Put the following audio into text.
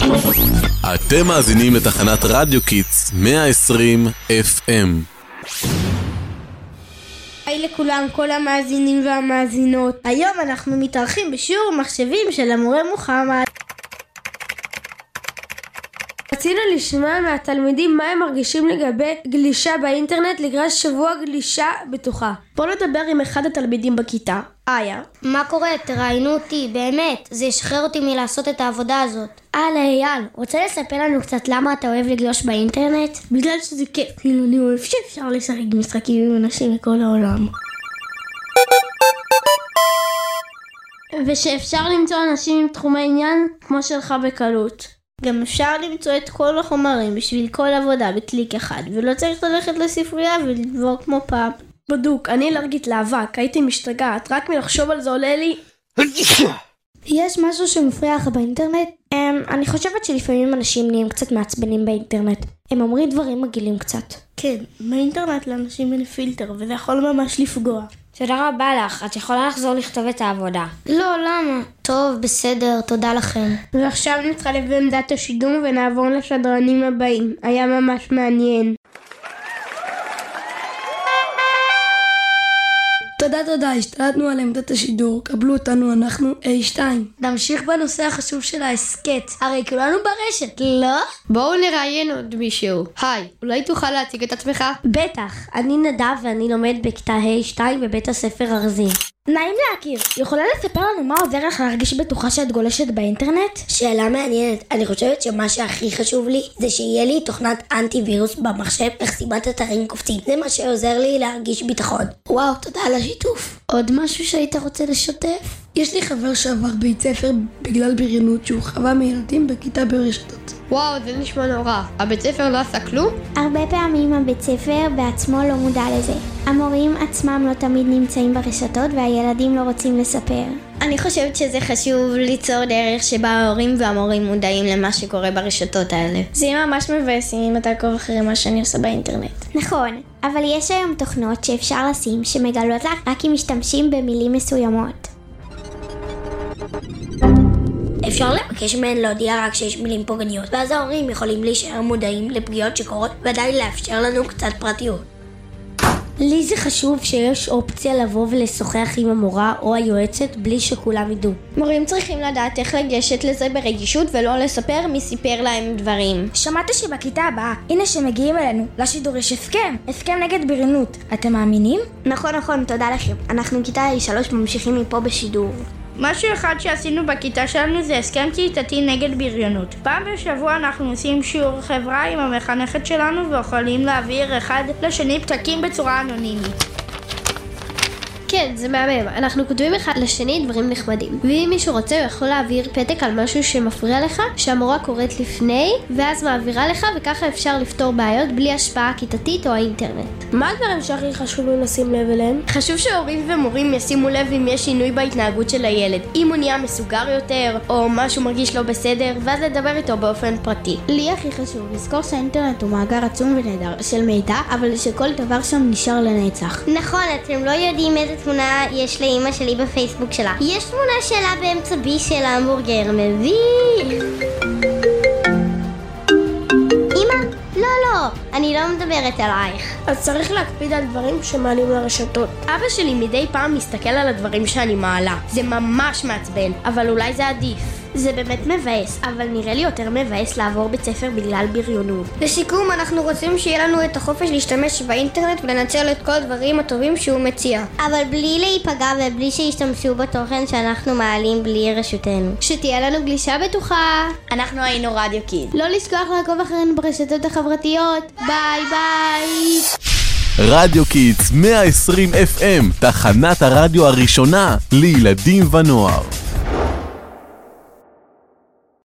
אתם מאזינים לתחנת רדיו קיטס 120 FM. היי לכולם, כל המאזינים והמאזינות. היום אנחנו מתארחים בשיעור מחשבים של המורה מוחמד. רצינו לשמוע מהתלמידים מה הם מרגישים לגבי גלישה באינטרנט לקראת שבוע גלישה בטוחה. בואו נדבר עם אחד התלמידים בכיתה, איה. מה קורה? תראיינו אותי, באמת. זה ישחרר אותי מלעשות את העבודה הזאת. אייל, רוצה לספר לנו קצת למה אתה אוהב לגלוש באינטרנט? בגלל שזה כיף, כאילו אני אוהב שאפשר לשחק משחקים עם אנשים מכל העולם. ושאפשר למצוא אנשים עם תחומי עניין כמו שלך בקלות. גם אפשר למצוא את כל החומרים בשביל כל עבודה בקליק אחד, ולא צריך ללכת לספרייה ולדבור כמו פעם. בדוק, אני אלרגית לאבק, הייתי משתגעת, רק מלחשוב על זה עולה לי. יש משהו שמפריע לך באינטרנט? אני חושבת שלפעמים אנשים נהיים קצת מעצבנים באינטרנט. הם אומרים דברים מגעילים קצת. כן, באינטרנט לאנשים אין פילטר, וזה יכול ממש לפגוע. תודה רבה לך, את יכולה לחזור לכתוב את העבודה. לא, למה? טוב, בסדר, תודה לכם. ועכשיו נתחלף בעמדת השידור ונעבור לשדרנים הבאים. היה ממש מעניין. תודה, השתלטנו על עמדת השידור, קבלו אותנו, אנחנו A2. נמשיך בנושא החשוב של ההסקט, הרי כולנו ברשת, לא? בואו נראיין עוד מישהו. היי, אולי תוכל להציג את עצמך? בטח, אני נדב ואני לומד בכיתה A2 בבית הספר ארזים. נעים להכיר, יכולה לספר לנו מה עוזר לך להרגיש בטוחה שאת גולשת באינטרנט? שאלה מעניינת. אני חושבת שמה שהכי חשוב לי זה שיהיה לי תוכנת אנטי וירוס במחשב לחסימת אתרים קופצים. זה מה שעוזר לי להרגיש ביטחון. וואו, תודה על השיתוף. עוד משהו שהיית רוצה לשתף? יש לי חבר שעבר בית ספר בגלל בריונות שהוא חווה מילדים בכיתה ברשתות. וואו, זה נשמע נורא. הבית ספר לא עשה כלום? הרבה פעמים הבית ספר בעצמו לא מודע לזה. המורים עצמם לא תמיד נמצאים ברשתות והילדים לא רוצים לספר. אני חושבת שזה חשוב ליצור דרך שבה ההורים והמורים מודעים למה שקורה ברשתות האלה. זה יהיה ממש מבאס אם אתה עוקב אחרי מה שאני עושה באינטרנט. נכון, אבל יש היום תוכנות שאפשר לשים שמגלות לך רק אם משתמשים במילים מסוימות. אפשר לבקש מהן להודיע רק שיש מילים פוגעניות, ואז ההורים יכולים להישאר מודעים לפגיעות שקורות, ועדיין לאפשר לנו קצת פרטיות. לי זה חשוב שיש אופציה לבוא ולשוחח עם המורה או היועצת בלי שכולם ידעו. מורים צריכים לדעת איך לגשת לזה ברגישות ולא לספר מי סיפר להם דברים. שמעתי שבכיתה הבאה, הנה שמגיעים אלינו, לשידור יש הסכם נגד בריונות. אתם מאמינים? נכון, תודה לכם. אנחנו כיתה 3 ממשיכים מפה בשידור. משהו אחד שעשינו בכיתה שלנו זה הסכם כיתתי נגד בריונות. פעם בשבוע אנחנו עושים שיעור חברה עם המחנכת שלנו ויכולים להעביר אחד לשני פתקים בצורה אנונימית. כן, זה מהמם. אנחנו כותבים אחד לשני דברים נחמדים. ואם מישהו רוצה, הוא יכול להעביר פתק על משהו שמפריע לך, שהמורה קוראת לפני, ואז מעבירה לך, וככה אפשר לפתור בעיות בלי השפעה כיתתית או האינטרנט. מה הדברים שהכי חשובים לשים לב אליהם? חשוב שהורים ומורים ישימו לב אם יש שינוי בהתנהגות של הילד. אם הוא נהיה מסוגר יותר, או משהו מרגיש לא בסדר, ואז לדבר איתו באופן פרטי. לי הכי חשוב לזכור שהאינטרנט הוא מאגר עצום ונהדר של מידע, אבל שכל דבר שם נשאר לנצח. נכון, אתם לא יודעים איזה תמונה יש לאמא שלי בפייסבוק שלה. יש תמונה שלה באמצע בי של המבורגר מביך. אמא, לא, אני לא מדברת עלייך. אז צריך להקפיד על דברים שמעלים לרשתות. אבא שלי מדי פעם מסתכל על הדברים שאני מעלה. זה ממש מעצבן, אבל אולי זה עדיף. זה באמת מבאס, אבל נראה לי יותר מבאס לעבור בית ספר בגלל בריונות. לסיכום, אנחנו רוצים שיהיה לנו את החופש להשתמש באינטרנט ולנצל את כל הדברים הטובים שהוא מציע. אבל בלי להיפגע ובלי שישתמשו בתוכן שאנחנו מעלים בלי רשותנו. שתהיה לנו גלישה בטוחה. אנחנו היינו רדיו קיטס. לא לשכוח לעקוב אחרינו ברשתות החברתיות. ביי. רדיו קיטס 120 FM, תחנת הרדיו הראשונה לילדים ונוער.